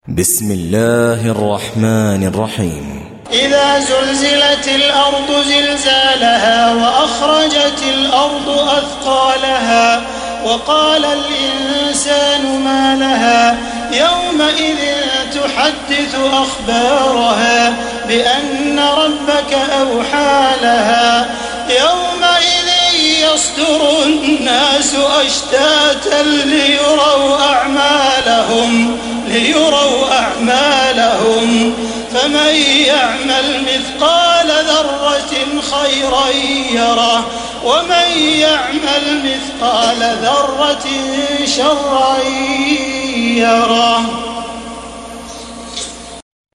بسم الله الرحمن الرحيم. إذا زلزلت الأرض زلزالها وأخرجت الأرض أثقالها وقال الإنسان ما لها يومئذ تحدث أخبارها بأن ربك أوحى لها يومئذ يصدر الناس أشتاتا ليروا أعمالهم فمن يعمل مثقال ذرة خيرا يره ومن يعمل مثقال ذرة شرا يره.